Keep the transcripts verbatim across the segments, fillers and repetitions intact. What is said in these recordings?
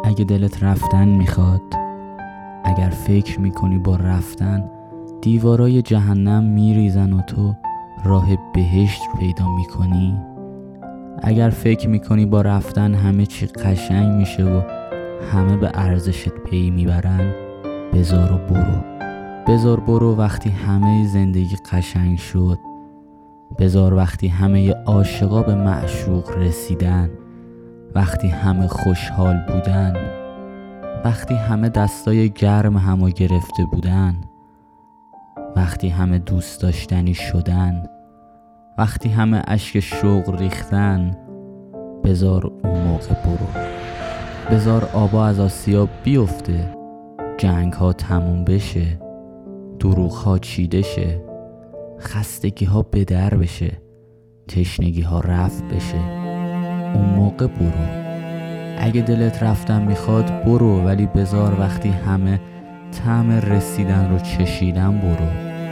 اگه دلت رفتن میخواد، اگر فکر میکنی با رفتن دیوارای جهنم میریزن و تو راه بهشت رو پیدا میکنی، اگر فکر میکنی با رفتن همه چی قشنگ میشه و همه به ارزشت پی میبرن، بذار و برو. بذار برو وقتی همه زندگی قشنگ شد، بذار وقتی همه عاشقا به معشوق رسیدن، وقتی همه خوشحال بودن، وقتی همه دستای گرم همو گرفته بودن، وقتی همه دوست داشتنی شدن، وقتی همه اشک شوق ریختن، بذار اون موقع برو. بذار آبا از آسیا بیفته، جنگ ها تموم بشه، دروغ ها چیده شه، خستگی ها به در بشه، تشنگی ها رفت بشه، اون موقع برو. اگه دلت رفتن میخواد برو، ولی بذار وقتی همه طعم رسیدن رو چشیدن برو.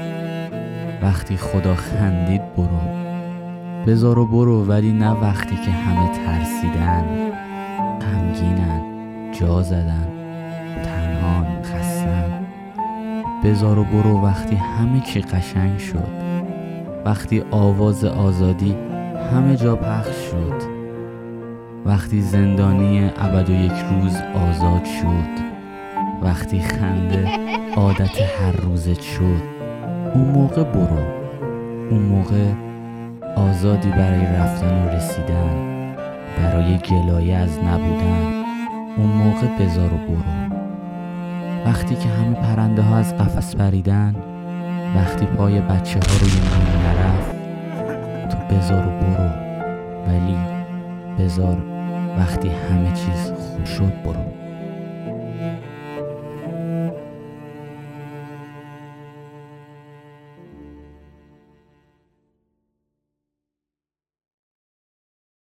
وقتی خدا خندید برو. بذار و برو، ولی نه وقتی که همه ترسیدن، غمگینن، جا زدن، تنهان، خستن. بذار و برو وقتی همه چی قشنگ شد، وقتی آواز آزادی همه جا پخش شد، وقتی زندانی ابد و یک روز آزاد شد، وقتی خنده عادت هر روزت شد، اون موقع برو. اون موقع آزادی برای رفتن و رسیدن، برای گلایه از نبودن، اون موقع بذار و برو. وقتی که همه پرنده ها از قفس پریدن، وقتی پای بچه ها روی میل نرفت، تو بذار و برو، ولی بذار وقتی همه چیز خوب شد برو.